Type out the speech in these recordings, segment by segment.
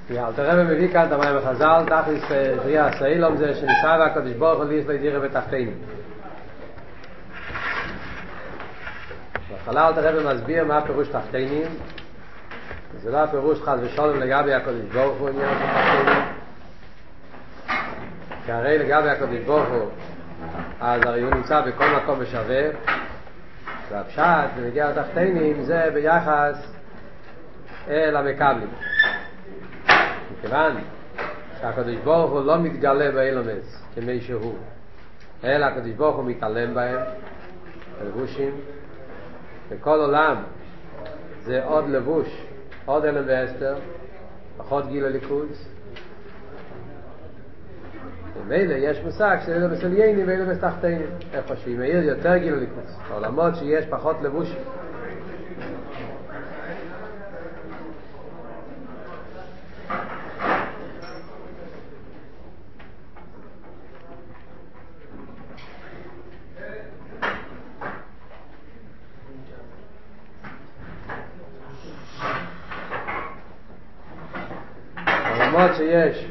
אלתר רבי מביא כאן את המים החז"ל, תכלס בריאה סעילום זה שניסה והקדוש ברוך הוא ליס לידירה בתחתינו. בהתחלה אלתר רבי מסביר מה הפירוש תחתינים. זה לא הפירוש חס ושלום לגבי הקדוש ברוך הוא עניין של תחתינים, כי הרי לגבי הקדוש ברוך הוא אז הרי הוא נמצא בכל מקום בשווה, והפשט ונגיע לתחתינים זה ביחס אל המקבלים. מכיוון שהקדוש ברוך הוא לא מתגלה באילומס כמי שהוא, אלא הקדוש ברוך הוא מתעלם בהם, לבושים, וכל עולם זה עוד לבוש, עוד אלם ואסתר, פחות גיל הליכוז. ומילא יש מושג של אילומס עליינים ואילומס תחתינים, איפה שהיא מאיר יותר גיל הליכוז, בעולמות שיש פחות לבושים. שיש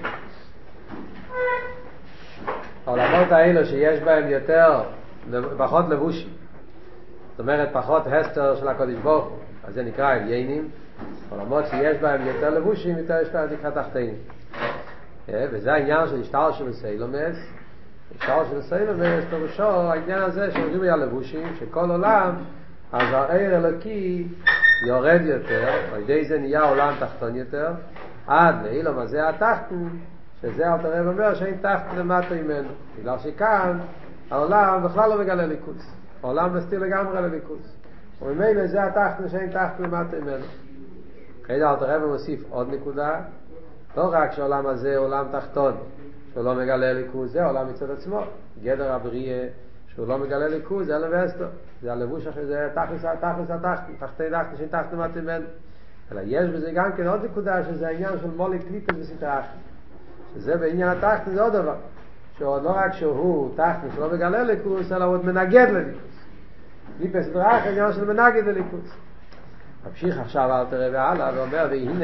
העולמות האלו שיש בהם יותר פחות לבושים, זאת אומרת פחות הסתר של הקדוש ברוך הוא, אז זה נקרא עליינים. עולמות שיש בהם יותר לבושים יותר יש להם נקרא תחתינים, וזה העניין של השטר של סיילומס. השטר של סיילומס פירושו העניין הזה שאומרים על לבושים, שכל עולם אז העיר אלוקי יורד יותר, על ידי זה נהיה עולם תחתון יותר, עד לאילום הזה התחתון, שזה אלתר רבי אומר שאין תחתון למטה ממנו, בגלל שכאן העולם בכלל לא מגלה ליכוז, העולם מסתיר לגמרי לליכוז, וממילא זה התחתון שאין תחתון למטה ממנו. אחרי זה אלתר רבי מוסיף עוד נקודה, לא רק שהעולם הזה עולם תחתון שהוא לא מגלה ליכוז, זה עולם מצד עצמו, גדר הבריאה שהוא לא מגלה ליכוז, זה אלם ואסתר, זה הלבוש אחרי זה תכלס התחתון, תחתון שאין תחתון למטה ממנו. אלא יש בזה גם כן עוד נקודה, שזה העניין של מולי קליפס בסתרה אחת, שזה בעניין התחתון זה עוד דבר, שעוד לא רק שהוא תחתון שלא מגלה ליכוז, אלא הוא עוד מנגד לליכוז. קליפס בסתרה אחת עניין של מנגד לליכוז. ממשיך עכשיו אלתר רבי הלאה ואומר, והנה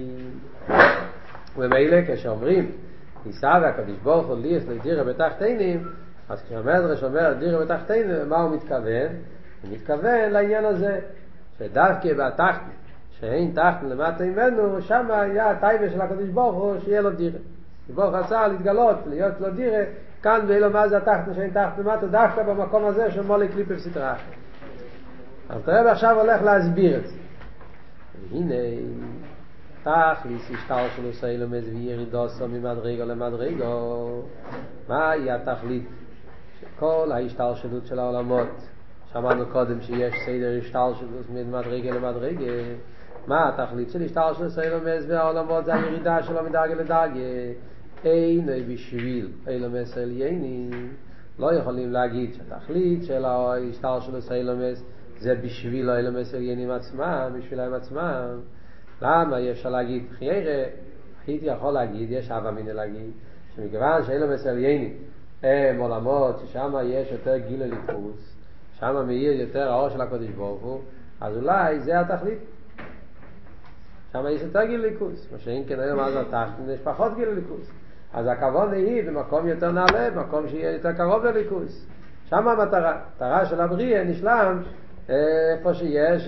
ומילא כשאומרים ניסה והקדוש ברוך הוא ליס לידירה בתחתינים, אז כשהמדרש אומר דירה בתחתינים, מה הוא מתכוון? הוא מתכוון לעניין הזה שדווקא בתחתון שאין תחתון למטה ממנו, שם היה הטייבה של הקדוש ברוך הוא שיהיה לו דירה. ברוך רצה להתגלות, להיות לו דירה, כאן ואילו מה זה התחתון שאין תחתון למטה, דווקא במקום הזה של מולי קליפס בסתרה. אז תראה עכשיו הולך להסביר את זה. והנה תכליס השטר שלו סיילומס וירידוסו ממדרגה למדרגה. מהי התכלית של כל ההשתלשלות של העולמות? שמענו קודם שיש סדר השתלשלות ממדרגה למדרגה. מה התכלית של השטר של סיילומס והעולמות? זה הירידה שלו מדרגה לדרגה. אין בשביל אילומס עליינים. לא יכולים להגיד שהתכלית של השטר של סיילומס זה בשביל אילומס עליינים עצמם, בשבילם עצמם. למה אי אפשר להגיד? חיירה, הייתי יכול להגיד, יש אבא מיני להגיד, שמכיוון שאילומס עליינים הם עולמות ששם יש יותר גיל הליכוז, שם מאיר יותר האור של הקדוש ברוך הוא, אז אולי זה התכלית. שם יש יותר גיל הליכוז, מה שאין כן היום אז התחתון יש פחות גיל הליכוז. אז הכבוד היא במקום יותר נעלה, במקום שיהיה יותר קרוב לליכוז. שם המטרה של הבריאה נשלם איפה שיש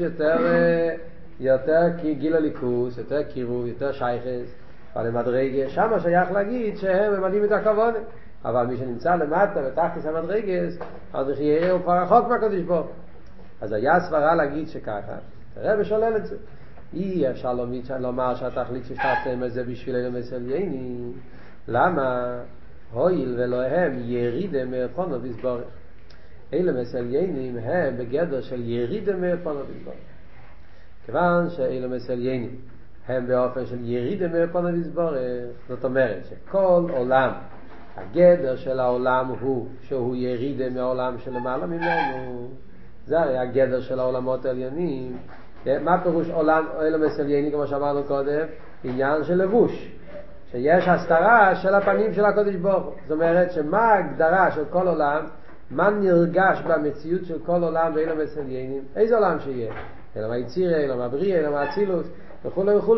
יותר גיל הליכוז, יותר קירוב, יותר שייכס, אבל למדרגה, שם שייך להגיד שהם ממלאים את הכבוד. אבל מי שנמצא למטה בתחתית המדרגס, אז חיירה הוא כבר רחוק מהקדוש ברוך. אז היה סברה להגיד שככה, תראה ושולל את זה. אי אפשר לומר שהתכלית ששתתם זה בשביל אילומס עליינים. למה? הויל ולא הם ירידה מאפונו ויסבורך. אילומס עליינים הם בגדר של ירידה מאפונו ויסבורך. כיוון שאילומס עליינים הם באופן של ירידה מאפונו ויסבורך, זאת אומרת שכל עולם, הגדר של העולם הוא שהוא ירידה מהעולם שלמעלה ממנו. זה הרי הגדר של העולמות העליונים. מה פירוש עולם אילומס עליינים? כמו שאמרנו קודם, עניין של לבוש, שיש הסתרה של הפנים של הקדוש ברוך הוא. זאת אומרת שמה ההגדרה של כל עולם, מה נרגש במציאות של כל עולם באילומס עליינים, איזה עולם שיהיה, אלא היצירה, אלא הבריאה, אלא האצילות וכו' וכו'.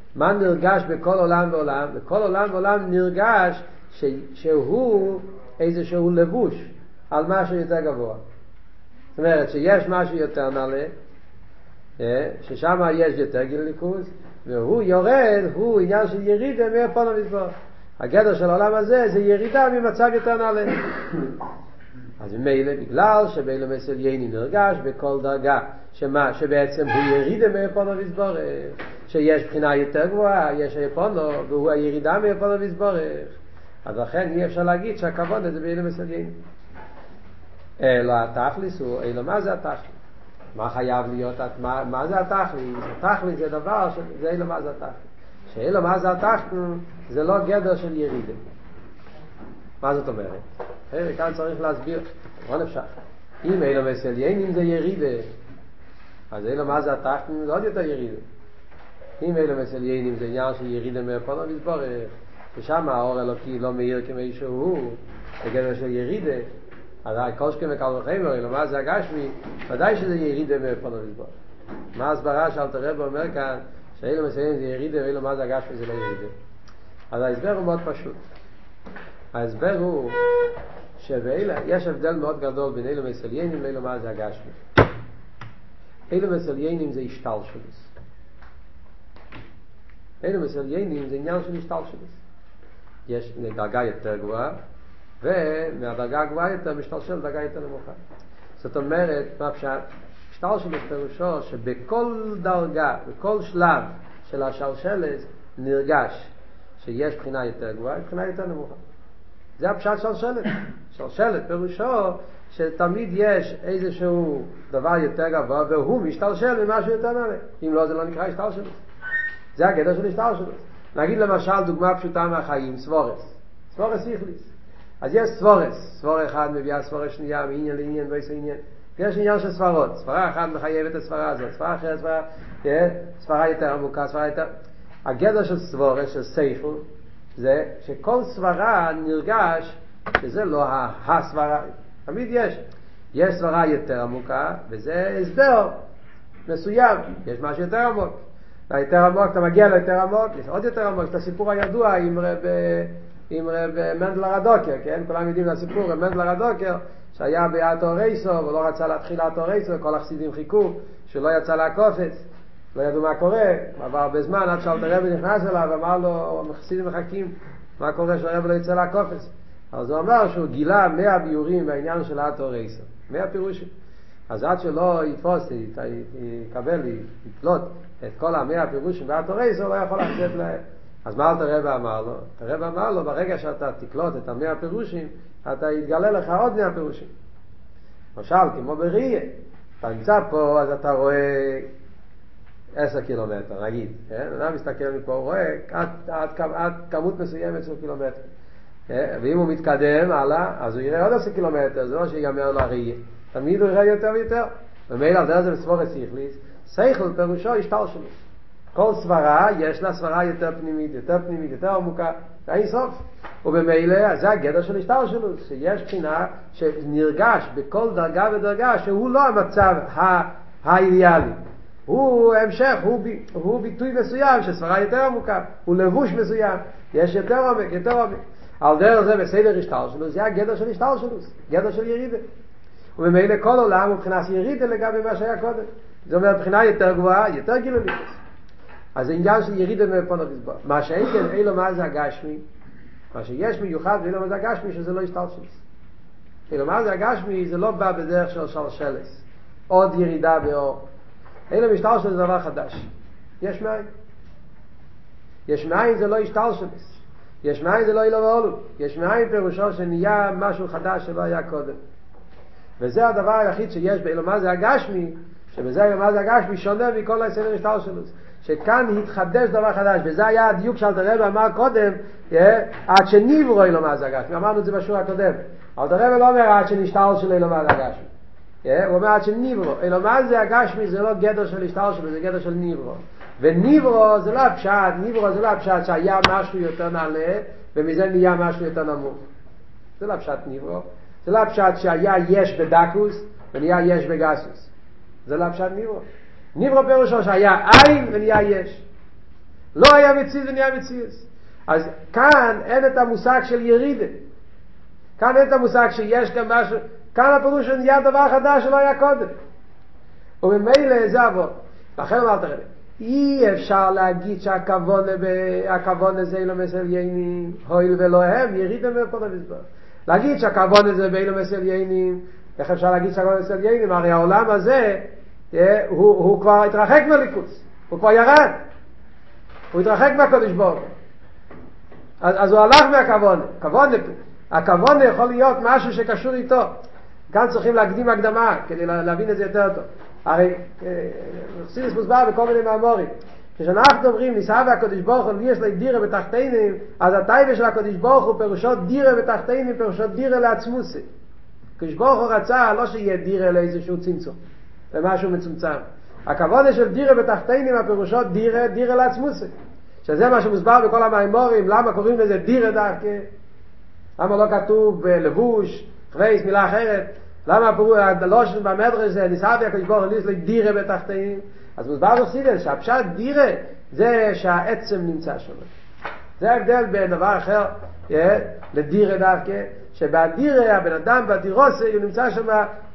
מה נרגש בכל עולם ועולם? בכל עולם ועולם נרגש שהוא איזשהו לבוש על משהו יותר גבוה. זאת אומרת שיש משהו יותר נעלה, ששם יש יותר גיליקוס, והוא יורד, הוא עניין של ירידה מהפון המזבח. הגדר של העולם הזה זה ירידה ממצב יותר נעלה. אז ממילא, בגלל שבאילו מסלייני נרגש בכל דרגה, שבעצם הוא ירידה מהפון המזבח, שיש בחינה יותר גבוהה, יש הפונו, והוא הירידה מהפון המזבח. אז לכן אי אפשר להגיד שהכבוד הזה באילו מסלייני. אלא התכליס הוא, אלא מה זה התכליס? מה חייב להיות, מה זה התכליס? התכליס זה דבר, זה אלא מה זה התכליס. שאלא מה זה התכליס זה לא גדר של ירידה. מה זאת אומרת? כאן צריך להסביר, לא נפשך. אם אלא מסליינים זה ירידה, אז אלא מה זה התכליס זה עוד יותר ירידה. אם אלא מסליינים זה עניין של ירידה מהפון המזבח, ששם האור אלוקי לא מאיר כמי שהוא, זה גדר של ירידה, אז כל שכם וקל וחמר, אלא מה זה הגשמי, ודאי שזה ירידה מהפון המזבח. מה ההסברה שאלתר רבי אומר כאן, שאלו מסליינים זה ירידה, ואלו מה זה הגשמי זה לא ירידה. אז ההסבר הוא מאוד פשוט. ההסבר הוא שיש הבדל מאוד גדול בין אלו מסליינים לאלו מה זה הגשמי. אלו מסליינים זה השתלשלוס. אלו מסליינים זה עניין של השתלשלוס. יש דרגה יותר גבוהה, ומהדרגה הגבוהה יותר משתלשל לדרגה יותר נמוכה. זאת אומרת, מה פשט? השתלשלוס פירושו שבכל דרגה, בכל שלב של השלשלת נרגש שיש בחינה יותר גבוהה, בחינה יותר נמוכה. זה הפשט שלשלת. שלשלת פירושו שתמיד יש איזשהו דבר יותר גבוה, והוא משתלשל ממשהו יותר נעלה. אם לא, זה לא נקרא השתלשלת. זה הגדר של השתלשלת. נגיד למשל דוגמה פשוטה מהחיים, סבורס. סבורס איכליס. אז יש סבורס. סבור אחד מביאה סבורה שנייה מעניין לעניין ואיזה עניין. יש עניין של סברות. סברה אחת מחייבת את הסברה הזאת. סברה אחרת, סברה יותר עמוקה, סברה יותר... הגדר של סבורס, של סייכל, זה שכל סברה נרגש שזה לא הסברה. תמיד יש סברה יותר עמוקה, וזה הסבר מסוים. יש משהו יותר עמוק. ליותר עמוק, אתה מגיע ליותר עמוק, יש עוד יותר עמוק. יש את הסיפור הידוע עם רב מנדל הרדוקר, כן? כולם יודעים את הסיפור, רב מנדל הרדוקר, שהיה באתו רייסו, ולא רצה להתחיל אתו רייסו, כל החסידים חיכו, שלא יצא להקופץ, לא ידעו מה קורה, עבר הרבה זמן, עד שאלתר רבי נכנס אליו, ואמר לו, החסידים מחכים, מה קורה שהרב לא יצא להקופץ? אז הוא אמר שהוא גילה 100 ביורים בעניין של אתו רייסו, 100 פירושים. אז עד שלא יתפוס, יקבל, יקלוט את כל 100 פירושים באתו רייסו, לא יכול לחזב להם. אז מה אלתר רבי אמר לו? אלתר רבי אמר לו, ברגע שאתה תקלוט את 100 פירושים, אתה יתגלה לך עוד 100 פירושים. למשל, כמו בראייה, אתה נמצא פה, אז אתה רואה 10 קילומטר, נגיד. אדם מסתכל מפה, הוא רואה עד כמות מסוימת של קילומטר. ואם הוא מתקדם הלאה, אז הוא יראה עוד 10 קילומטר, זה לא שיגמר לו הראייה. תמיד הוא יראה יותר ויותר. ומילא על דרך זה בסבורס איכליס, סייכל פירושו השתלשלות. כל סברה יש לה סברה יותר פנימית, יותר עמוקה, זה אין סוף. ובמילא זה הגדר של השתלשלות, שיש בחינה שנרגש בכל דרגה ודרגה שהוא לא המצב האידיאלי. הוא המשך, הוא ביטוי מסוים של סברה יותר עמוקה, הוא לבוש מסוים, יש יותר עומק. על דרך זה בסדר השתלשלות, זה הגדר של השתלשלות, גדר של ירידה. ובמילא כל עולם הוא מבחינת ירידה לגבי מה שהיה קודם. זה אומר מבחינה יותר גבוהה, יותר גילולית. אז זה עניין של ירידה מהפון המזבח. מה שאין כן, אילו מה זה הגשמי, מה שיש מיוחד ואילו מה זה הגשמי, שזה לא השתלשלות. אילו מה זה הגשמי, זה לא בא בדרך של שלשלס. עוד ירידה באור. אילו משתלשלות זה דבר חדש. יש מאין. יש מאין זה לא השתלשלות. יש מאין זה לא אילו ואולו. יש מאין פירושו שנהיה משהו חדש שלא היה קודם. וזה הדבר היחיד שיש באילו מה זה הגשמי, שבזה אילו מה זה הגשמי שונה מכל הסדר השתלשלות. שכאן התחדש דבר חדש, וזה היה הדיוק שאלתר רבי אמר קודם, עד שנברו אילו מה זה הגשמי. אמרנו את זה בשיעור הקודם. אלתר רבי לא אומר עד שנשתלשל אילו מה זה הגשמי. הוא אומר עד שנברו. אילו מה זה הגשמי זה לא גדר של השתלשלות, זה גדר של נברו. ונברו זה לא הפשט, נברו זה לא הפשט שהיה משהו יותר נעלה, ומזה נהיה משהו יותר נמוך. זה לא הפשט נברו. זה לא הפשט שהיה יש בדקוס, ונהיה יש בגסוס. זה לא הפשט נברו. נברו פירושו שהיה עין ונהיה יש. לא היה מציאות ונהיה מציאות. אז כאן אין את המושג של ירידה. כאן אין את המושג שיש כאן משהו, כאן הפירוש שנהיה דבר חדש שלא היה קודם. וממילא זה עבוד. לכן אמרת רבי, אי אפשר להגיד שהכוון הזה אילו מסל יינים, הויל ולא הם, ירידה מפות המסבר. להגיד שהכוון הזה באילו מסל יינים, איך אפשר להגיד שהכוון מסל יינים? הרי העולם הזה, הוא כבר התרחק מהליכוס, הוא כבר ירד. הוא התרחק מהקדוש ברוך הוא. אז הוא הלך מהכוון. הכוון יכול להיות משהו שקשור איתו. כאן צריכים להקדים הקדמה כדי להבין את זה יותר טוב. הרי חסידות מוסבר בכל מיני מאמרים. כשאנחנו אומרים ניסה והקדוש ברוך הוא יש לה דירה בתחתינים, אז הטייבה של הקדוש ברוך הוא פירושו דירה בתחתינים, פירושו דירה לעצמוסי. הקדוש ברוך הוא רצה לא שיהיה דירה לאיזשהו צמצום, למשהו מצומצם. הכוונה של דירה בתחתינים הפירושו דירה לעצמוסי. שזה מה שמוסבר בכל המאמרים, למה קוראים לזה דירה דווקא? למה לא כתוב לבוש, חווייס, מילה אחרת? למה הלושן במדרש זה ניסה והקדוש ברוך הוא יש לה דירה בתחתינים? אז מוסבר בחסידות שהפשט דירה זה שהעצם נמצא שם. זה ההבדל בין דבר אחר לדירה דווקא, שבדירה הבן אדם בדירוסי הוא נמצא שם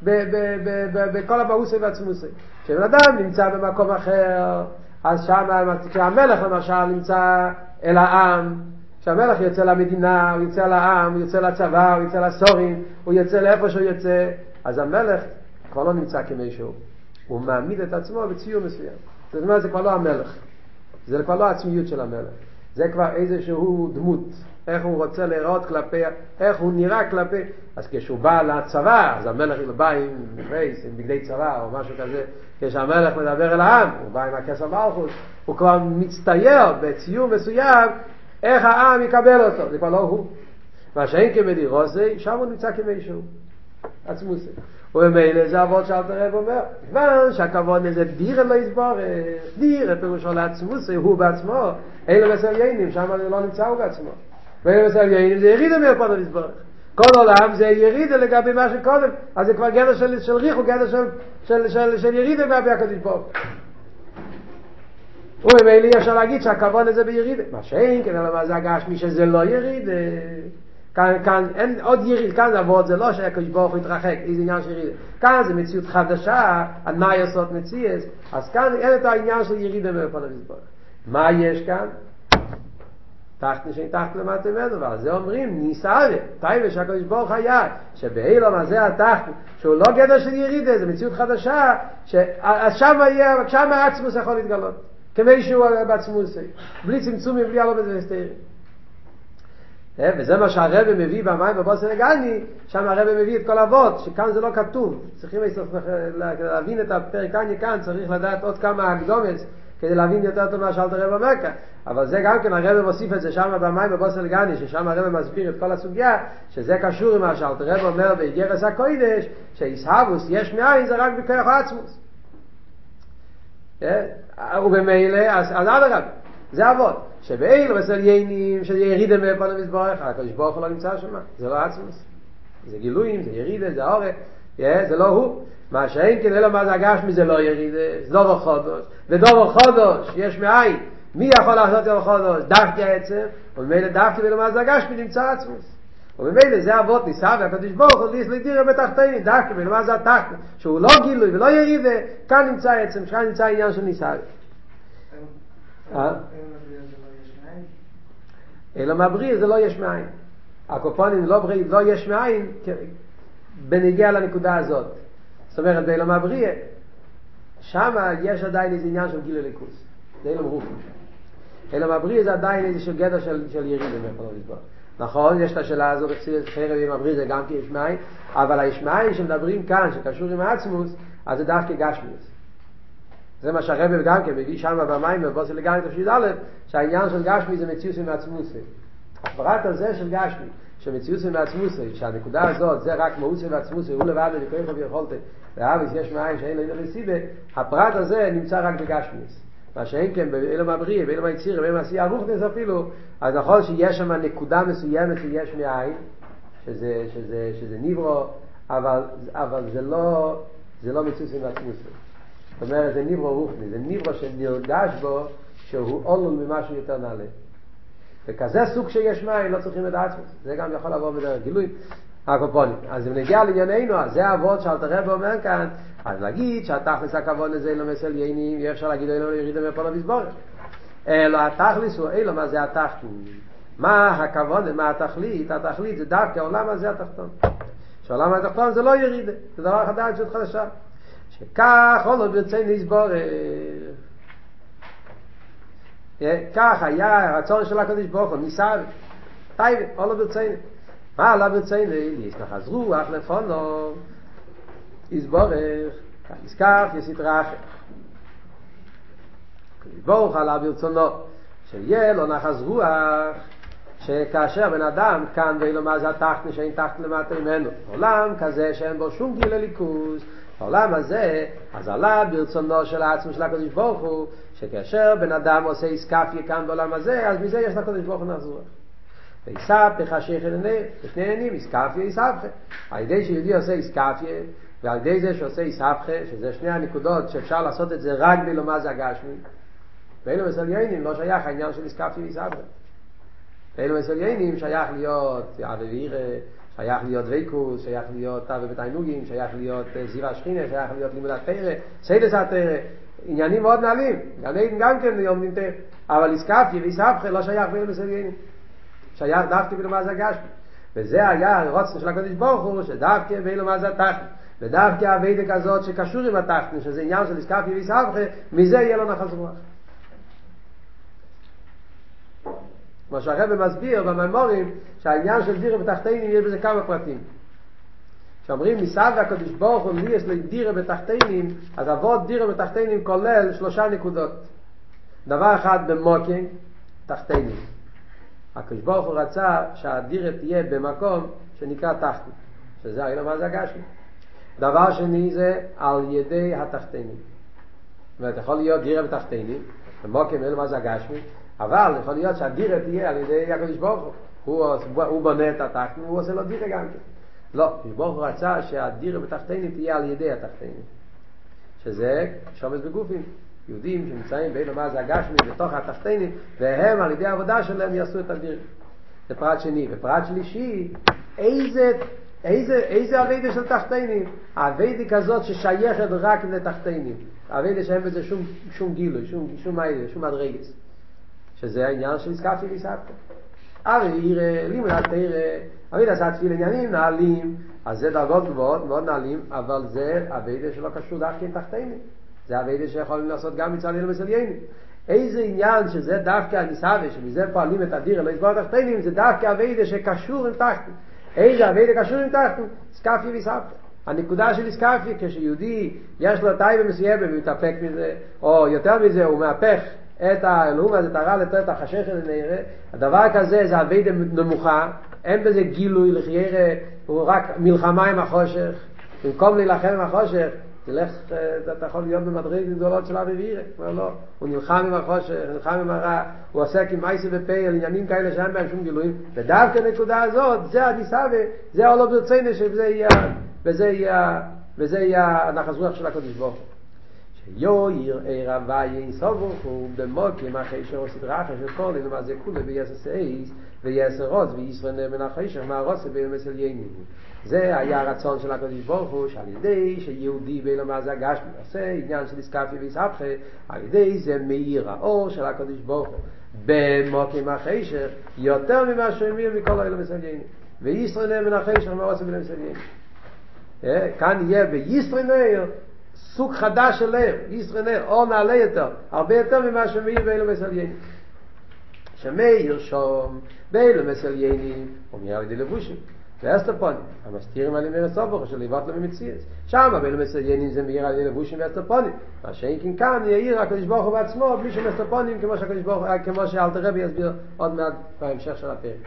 בכל המאוסי והעצמוסי. כשבן אדם נמצא במקום אחר, אז שם כשהמלך למשל נמצא אל העם, כשהמלך יוצא למדינה, הוא יוצא לעם, הוא יוצא לצבא, הוא יוצא לסורים, הוא יוצא לאיפה שהוא יוצא, אז המלך כבר לא נמצא כמישהו. הוא מעמיד את עצמו בציור מסוים. זאת אומרת, זה כבר לא המלך. זה כבר לא העצמיות של המלך. זה כבר איזשהו דמות. איך הוא רוצה להיראות כלפי, איך הוא נראה כלפי. אז כשהוא בא לצבא, אז המלך בא עם פייס, עם בגדי צבא או משהו כזה. כשהמלך מדבר אל העם, הוא בא עם הכס המלכות, הוא כבר מצטייר בציור מסוים, איך העם יקבל אותו. זה כבר לא הוא. מה שאין כמדירוסי, שם הוא נמצא כמישהו. עצמוסי. ובמילא זה אבות שאלת הרב אומר, כיוון שהכוון הזה דירה לא יסבור, דירה פירושו לעצמוסי, הוא בעצמו, אלה מסל יינים, שם לא נמצא הוא בעצמו. ואלה מסל יינים זה ירידה מרפות המסבור. כל עולם זה ירידה לגבי מה שקודם, אז זה כבר גדר של ריח, הוא גדר של ירידה לגבי הקדוש ברוך הוא. ובמילא אפשר להגיד שהכוון הזה בירידה. מה שאין, כדי למה זה הגשמי שזה לא ירידה. כאן אין עוד יריד, כאן זה עבוד, זה לא שהקדוש ברוך הוא יתרחק, איזה עניין של יריד. כאן זה מציאות חדשה, הנאי עושות מציאות, אז כאן אין את העניין של ירידה מרפות המסבור. מה יש כאן? תחת נשאין תחת למטה ממנו, ועל זה אומרים ניסה טייבה שהקדוש ברוך היה, שבאילום הזה התחת, שהוא לא גדר של ירידה, זה מציאות חדשה, אז שם העצמוס יכול להתגלות, כמישהו בעצמוס, בלי צמצומים, בלי הלא בדבסתרים. וזה מה שהרבא מביא במים בבוסר לגני, שם הרבא מביא את כל אבות, שכאן זה לא כתוב. צריכים להבין את הפרק כאן צריך לדעת עוד כמה הקדומס, כדי להבין יותר טוב מה שאלת הרבא אומר כאן. אבל זה גם כן הרבא מוסיף את זה שם במים בבוסר לגני, ששם הרבא מסביר את כל הסוגיה, שזה קשור עם מה שאלת הרבא אומר באיגרס הקודש, שישהבוס יש מאין זה רק בכוח העצמוס. ובמילא, אז עד הרב, זה אבות. שבאילו בסל יינים, שזה ירידה מפות המסבורך, הקדוש ברוך הוא לא נמצא שם, זה לא עצמוס. זה גילויים, זה ירידה, זה אורך, זה לא הוא. מה שאין כן, אלא מה זה הגשמי, זה לא ירידה, זה דובר חודש. ודובר חודש, יש מאין. מי יכול לעשות דובר חודש? דווקא העצם, ובמילא דווקא ולא מה זה הגשמי, נמצא עצמוס. ובמילא זה אבות ניסה, והקדוש ברוך הוא ליס לדירה בתחתינים, דווקא ולא מה זה התחתן, שהוא לא גילוי ולא ירידה, כאן נמצא עצם, כאן נמצא העניין של ניסה. אלא מהבריא זה לא יש מאין. הקופונים לא יש מאין בנגיע לנקודה הזאת. זאת אומרת, באלא מהבריא שמה יש עדיין איזה עניין של גיל הליכוס. זה אלא מרוחי. אלא מהבריא זה עדיין איזה של גדר של ירידה. נכון, יש את השאלה הזאת, חרב עם הבריא זה גם כי יש מאין, אבל היש מאין שמדברים כאן, שקשור עם העצמוס, אז זה דווקא גשמיוס. זה מה שהרבא גם כן מביא שם במים ובוסר לגני תפשיד א', שהעניין של גשמי זה מציוס עם עצמוסי. הפרט הזה של גשמי, שמציוס עם עצמוסי, שהנקודה הזאת זה רק מאוסי ועצמוסי, הוא לבד ולכוי חוב יכולת, ואביס יש מאין שאין לו לסיבה, הפרט הזה נמצא רק בגשמיוס. מה שאין כן, באלו מהבריא, באלו מהיציר, באלו מהעשייה הרוחנית אפילו, אז נכון שיש שם נקודה מסוימת שיש מאין, שזה נברו, אבל זה לא מציוס עם עצמוסי. זאת אומרת, זה ניברו רוחני, זה ניברו שנרגש בו שהוא עולול ממשהו יותר נעלה. וכזה סוג שיש מים לא צריכים לדעת עצמוס. זה גם יכול לבוא בדרך גילוי הקופונים. אז אם נגיע לענייננו, אז זה העבוד שאלתר רבי אומר כאן, אז להגיד שהתכלס הכוון הזה אילו מסל יינים, יהיה אפשר להגיד אילו ירידה מפול המסבורת. אלו התכלס הוא אילו מה זה התחתון. מה הכוון, מה התכלית? התכלית זה דווקא העולם הזה התחתון. שהעולם התחתון זה לא ירידה, זה דבר חדש, זאת חדשה. שכך עולו ברצי נסבורת. כך היה הרצון של הקדוש ברוך הוא, ניסה טייבה, עולו ברצי. מה עלה ברצי? ישנחז רוח לפונו, יסבורך, כנזכף יסתרח. ברוך עלה ברצונו, שיהיה לו נחז רוח, שכאשר בן אדם כאן ואילו מה זה התחתן שאין תחתן למטה ממנו, עולם כזה שאין בו שום גיל לליכוז, העולם הזה, אז עלה ברצונו של העצמו של הקדוש ברוך הוא, שכאשר בן אדם עושה איסקפיה כאן בעולם הזה, אז מזה יש לקדוש ברוך הוא נחז רוח. ויספך השכל בשני עניינים, איסקפיה איסבכה. על ידי שיהודי עושה איסקפיה, ועל ידי זה שעושה איסבכה, שזה שני הנקודות שאפשר לעשות את זה רק בלא מה זה הגשמי, ואילו מסליינים לא שייך העניין של איסקפיה ואיסבכה. ואילו מסליינים שייך להיות אבי וירא, שייך להיות ויקוס, שייך להיות אבי בתיינוגים, שייך להיות זיו השכינה, שייך להיות לימוד התורה, סיידס התורה, עניינים מאוד נעלים, גם כן לומדים תורה, אבל איסקפיה ואיסבכה לא שייך ואילו מסליינים. שייך דווקא בלא מה זה הגשמי. וזה היה הרצון של הקדוש ברוך הוא, שדווקא בלא מה זה התחתן. ודווקא הוועדה כזאת שקשור עם התחתן, שזה עניין של איסקפיה ואיסבכה, מזה יהיה לו נחז רוח. כמו שהרב מסביר במאמרים, שהעניין של דירה בתחתינים יש בזה כמה פרטים. כשאומרים מסב והקדוש ברוך הוא לי יש לדירה בתחתינים, אז עבוד דירה בתחתינים כולל 3 נקודות. דבר אחד במוקים, תחתינים. הקדוש ברוך הוא רצה שהדירה תהיה במקום שנקרא תחתן, שזה הרי לא מה זה הגשמי. דבר שני זה על ידי התחתינים. זאת אומרת, יכול להיות דירה בתחתינים, במוקים אין מה זה הגשמי, אבל יכול להיות שהדירה תהיה על ידי הקדוש ברוך הוא. הוא בונה את התחתן, הוא עושה לו דירה גם כן. לא, הקדוש ברוך הוא רצה שהדירה בתחתינים תהיה על ידי התחתינים, שזה שומץ בגופים. יהודים שנמצאים בין מה זה הגשמי בתוך התחתינים, והם על ידי העבודה שלהם יעשו את הדירה. זה פרט שני. ופרט שלישי, איזה עבודה של תחתינים? העבודה כזאת ששייכת רק לתחתינים. העבודה שאין בזה שום גילוי, שום מיילה, שום מדרגס. שזה העניין של איסקפיה ואיסבכה. אבל לימוד התורה, עבודה עשה תפילה עניינים נעלים, אז זה דרגות גבוהות, מאוד נעלים, אבל זה עבודה שלא קשור דווקא עם תחתינים. זה עבודה שיכולים לעשות גם מצד אלו מסליינים. איזה עניין שזה דווקא הניסאווה, שמזה פועלים את הדירה, לא יסבור תחתינים, זה דווקא עבודה שקשור עם תחתן. איזה עבודה קשור עם תחתן? איסקפיה ואיסבכה. הנקודה של איסקפיה, כשיהודי יש לו טייבה מסוימת ומתאפק מזה, או יותר מזה, הוא מהפך את האלוהים הזה, תראה לתת החשך לנראה, הדבר כזה זה עבודה נמוכה, אין בזה גילוי לחיירה, הוא רק מלחמה עם החושך, במקום להילחם עם החושך, אתה יכול להיות במדרגות גדולות של אבי וירא. לא, הוא נלחם עם החושך, נלחם עם הרע, הוא עוסק עם מייסה ופייל, עניינים כאלה שאין בהם שום גילויים, ודווקא הנקודה הזאת, זה הניסאווה, זה העולם ברצינו, וזה יהיה הנחז רוח של הקדוש ברוך הוא. שיועיר עיר הוויה סובוכו במוקים אחרי שעושה דרכה של כל אלו מה זה כולה ויעשה אייס ויעשה רוץ וישראל מן החשך מהרוץ ובמסליינים. זה היה הרצון של הקדוש ברוך הוא, שעל ידי שיהודי באילו מה זה הגשמי עושה עניין של איסקפיה ואיסבכה, על ידי זה מאיר האור של הקדוש ברוך הוא במוקים החשך יותר ממה שמאיר מכל אלו מסליינים, וישראל מן החשך מהרוץ ובמסליינים. כאן יהיה בישראל מאיר סוג חדש של לב, ישראל אור נעלה יותר, הרבה יותר ממה שמאיר באילו מסליינים. שמאיר שום באילו מסליינים אומר על ידי לבושים ואסטרפונים, המסתירים על ימי הסובוך של ליבת לו ממציאות. שם באילו מסליינים זה מאיר על ידי לבושים ואסטרפונים, מה שאין כאן יאיר הקדוש ברוך הוא בעצמו בלי שום אסטרפונים, כמו שאלתר רבי יסביר עוד מעט בהמשך של הפרק.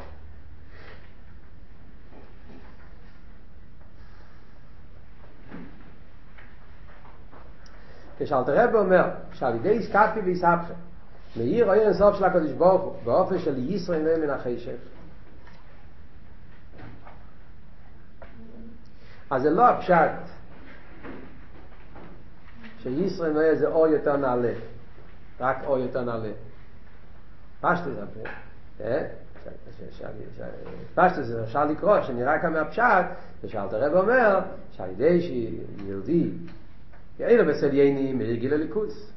כשאלתר רבי אומר שעל ידי איסקפיה ואיסבכה מאיר האור אינסוף של הקדוש ברוך הוא באופן של ישראל מן החשך, אז זה לא הפשט שישראל זה אור יותר נעלה, רק אור יותר נעלה. פשטוס, פשטוס זה אפשר לקרוא, שנראה כאן מהפשט, ושאלתר רב אומר, שעל ידי שיהודי יעיל בסליינים יגיל לליכוס.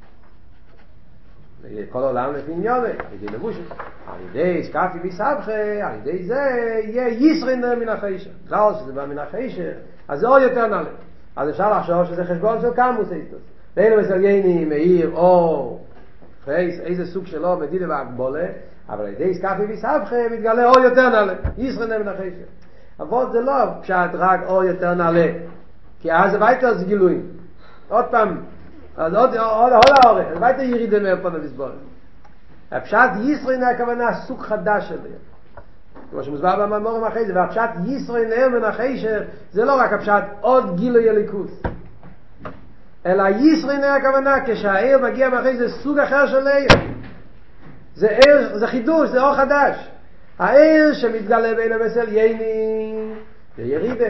כל העולם לפי עניון, על ידי לבוש, על ידי סקפי ויסבכה, על ידי זה יהיה ישרין מן החשך. כלל שזה בא מן החשך, אז זה עוד יותר נעלה. אז אפשר לחשוב שזה חשבון של כמוס איסטוס. ואילו בסליינים מאיר אור, איזה סוג שלו מדידה והגבולה, אבל על ידי סקפי ויסבכה מתגלה אור יותר נעלה, ישרין מן החשך. אבל זה לא פשט רק אור יותר נעלה, כי אז זה וייטר זה גילויים. עוד פעם, אז עוד האורך, אז וייטר ירידה מהפון המסבורת. הפשט ישרין הכוונה סוג חדש שלו. כמו שמוסבר במאמרים אחרי זה, והפשט ישרין מן החשך, זה לא רק הפשט עוד גילוי הליכוס. אלא ישרין הכוונה, כשהעיר מגיע מאחרי זה סוג אחר של עיר. זה עיר, זה חידוש, זה אור חדש. העיר שמתגלה בין המסל ייני, זה ירידה.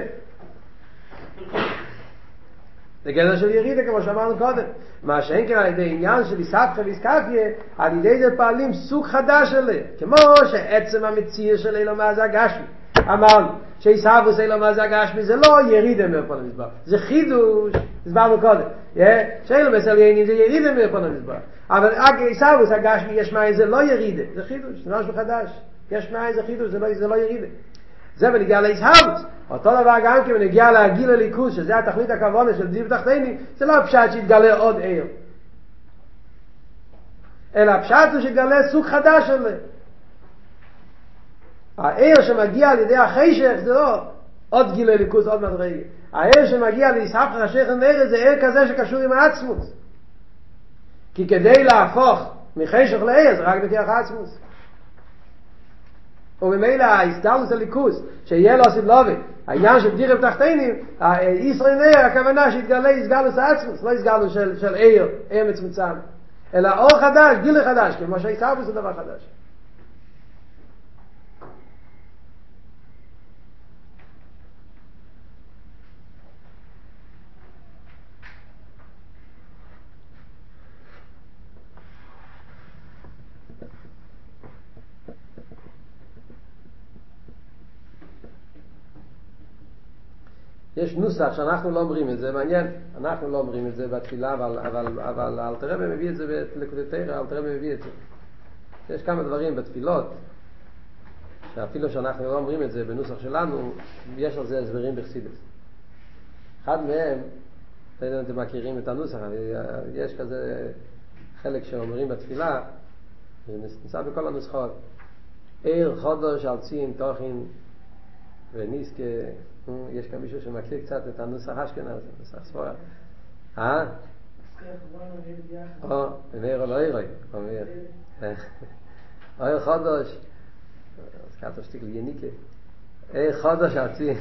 זה גדר של ירידה, כמו שאמרנו קודם. מה שאין כאן על ידי עניין של יסבכה ויסקפיה, על ידי זה פעלים סוג חדש שלהם. כמו שעצם המציע של אילמה זה הגשמי. אמרנו שיסבוס אילמה זה הגשמי, זה לא ירידה מהפון המסבר. זה חידוש, הסברנו קודם. שאילמה מסל ייני זה ירידה מהפון המסבר. אבל יסבוס הגשמי יש מאין זה לא ירידה, זה חידוש, זה משהו חדש. יש מאין זה חידוש, זה לא ירידה. זה בנגיע להישהבות. אותו דבר גם כי בנגיע להגיל הליכוס, שזה התכלית הכוונה של דיב תחתיני, זה לא הפשט שיתגלה עוד עיר. אלא הפשט הוא שיתגלה סוג חדש שלו. העיר שמגיע על ידי החשך זה לא עוד גיל הליכוס, עוד מדרגה. העיר שמגיע להישהבות חשך נראה זה עיר כזה שקשור עם העצמוס. כי כדי להפוך מחשך לעיר זה רק בכך העצמוס. ובמילא ההסגלוס הליכוס שיהיה לו סבלובי, העניין של דירב תחתינים, ישראל נער, הכוונה שיתגלה הסגלוס העצמוס, לא הסגלוס של עיר מצומצם, אלא אור חדש, גיל חדש, כמו שהישהבות זה דבר חדש. יש נוסח שאנחנו לא אומרים את זה, מעניין, אנחנו לא אומרים את זה בתפילה, אבל אלתר רבי מביא את זה בליקוטי תורה, אלתר רבי מביא את זה. יש כמה דברים בתפילות, שאפילו שאנחנו לא אומרים את זה בנוסח שלנו, יש על זה הסברים בחסידות. אחד מהם, לא יודע אם אתם מכירים את הנוסח, יש כזה חלק שאומרים בתפילה, נמצא בכל הנוסחות, עיר חודש על צין תוכין וניסקה, יש כאן מישהו שמכיר קצת את הנוסח אשכנז, נוסח ספרד. נער לא עירוי, אומר. עיר חודש, אז כתוב שתיק ליניקה. עיר חודש על צין.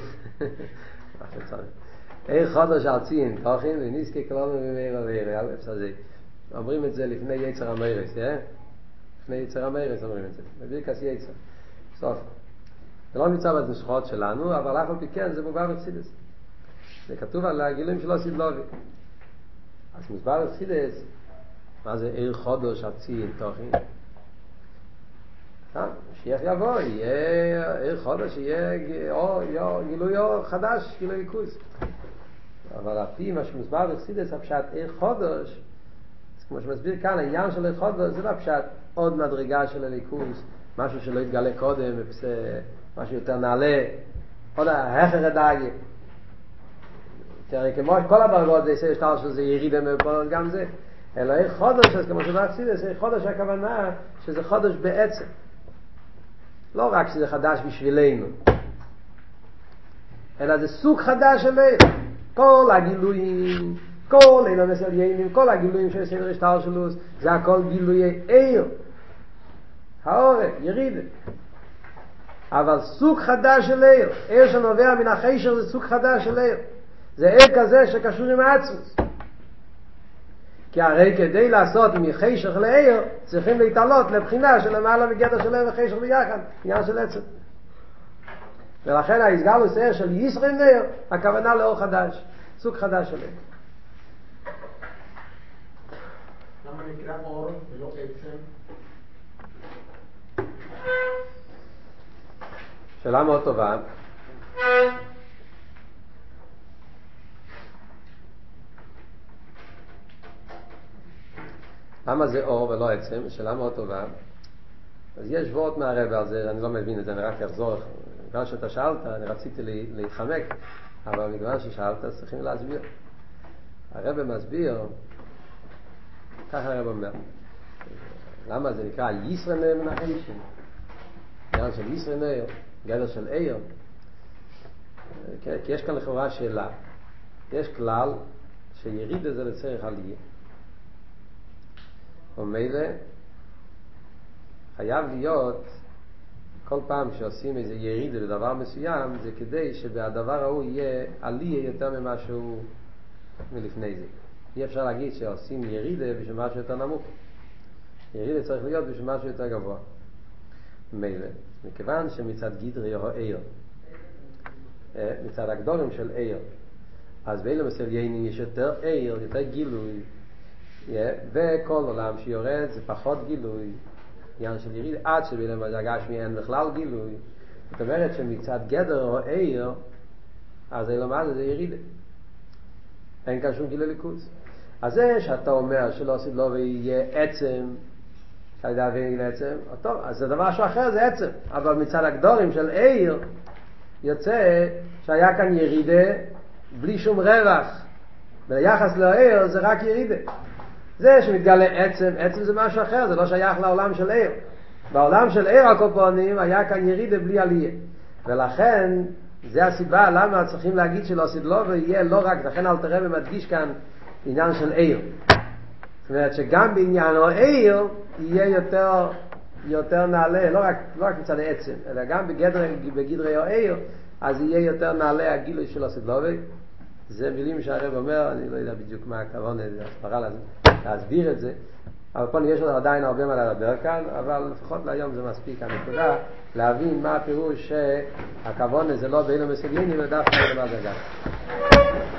עיר חודש על צין, תוכין וניסקה כלנו ממעיר ועירי, א' זה. אומרים את זה לפני יצר המרס, לפני יצר המרס אומרים את זה. בברכת יצר. סוף. זה לא נמצא בנוסחות שלנו, אבל אף על פי כן זה מובא בחסידות. זה כתוב על הגילויים שלו סבלובי. אז מוסבר בחסידות, מה זה עיר חודש עצין תוכין? משיח יבוא, יהיה עיר חודש, יהיה גילוי אור חדש, גילוי ליכוז. אבל על פי מה שמוסבר בחסידות, הפשט עיר חודש, כמו שמסביר כאן, העניין של עיר חודש זה לא פשט עוד מדרגה של הליכוז, משהו שלא יתגלה קודם, משהו יותר נעלה, עוד ההכר הדאגי. תראה, כמו כל הברגות זה יש תל שזה ירידה מפולות גם זה. אלא עיר חודש, אז כמו שבאחסידות, עיר חודש הכוונה שזה חודש בעצם. לא רק שזה חדש בשבילנו, אלא זה סוג חדש של עיר. כל הגילויים, כל אילו מסליינים, כל הגילויים של סדר השטר שלו, זה הכל גילויי עיר. האורק, ירידה. אבל סוג חדש של עיר, עיר שנובע מן החשך זה סוג חדש של עיר. זה עיר כזה שקשור עם העצמוס. כי הרי כדי לעשות מחשך לעיר, צריכים להתעלות לבחינה של למעלה מגדר של עיר וחשך ביחד, עניין של עצם. ולכן ההסגלוס עיר של ישרין עיר, הכוונה לאור חדש, סוג חדש של עיר. למה נקרא אור ולא עצם? שאלה מאוד טובה. למה זה אור ולא עצם? שאלה מאוד טובה. אז יש וורט מהרבא על זה, אני לא מבין את זה, אני רק אחזור. בגלל שאתה שאלת, אני רציתי להתחמק, אבל בגלל ששאלת, אז צריכים להסביר. הרבא מסביר, ככה הרבא אומר, למה זה נקרא ישרן מן האישן? עניין של ישרן נר, גדר של איר. כי יש כאן לכאורה שאלה. יש כלל שיריד זה לצריך עלייה. ומילא חייב להיות כל פעם שעושים איזה ירידה בדבר מסוים, זה כדי שבדבר ההוא יהיה עלייה יותר ממה שהוא מלפני זה. אי אפשר להגיד שעושים ירידה בשביל משהו יותר נמוך. ירידה צריך להיות בשביל משהו יותר גבוה. מילא, מכיוון שמצד גידרי או איר, מצד הגדולים של איר, אז באילו מסליינים יש יותר איר, יותר גילוי, וכל עולם שיורד זה פחות גילוי, עניין של יריד, עד שבאילו הגשמי אין בכלל גילוי. זאת אומרת שמצד גדר או איר, אז אילמה זה יריד, אין כאן שום גילוי ליכוז. אז זה שאתה אומר שלא עשית לו ויהיה עצם, שעל ידי אוויר עצם, טוב, אז זה דבר שאחר, זה עצם. אבל מצד הגדולים של איר, יוצא שהיה כאן ירידה בלי שום רווח. ביחס לאיר זה רק ירידה. זה שמתגלה עצם, עצם זה משהו אחר, זה לא שייך לעולם של איר. בעולם של איר הקופונים היה כאן ירידה בלי עלייה. ולכן, זה הסיבה למה צריכים להגיד שלא עשית לו ויהיה לא רק, לכן אל תראה ומדגיש כאן עניין של איר. זאת אומרת שגם בעניין או איר יהיה יותר נעלה, לא רק מצד העצם, אלא גם בגדרי או איר, אז יהיה יותר נעלה הגילוי של הסדלובי. זה מילים שהרב אומר, אני לא יודע בדיוק מה הכוונה, זה הסברה להסביר את זה, אבל פה יש עוד עדיין הרבה מה לדבר כאן, אבל לפחות להיום זה מספיק הנקודה, להבין מה הפירוש שהכוונה זה לא באילו מסוגיינים, ודווקא זה מה זה גם.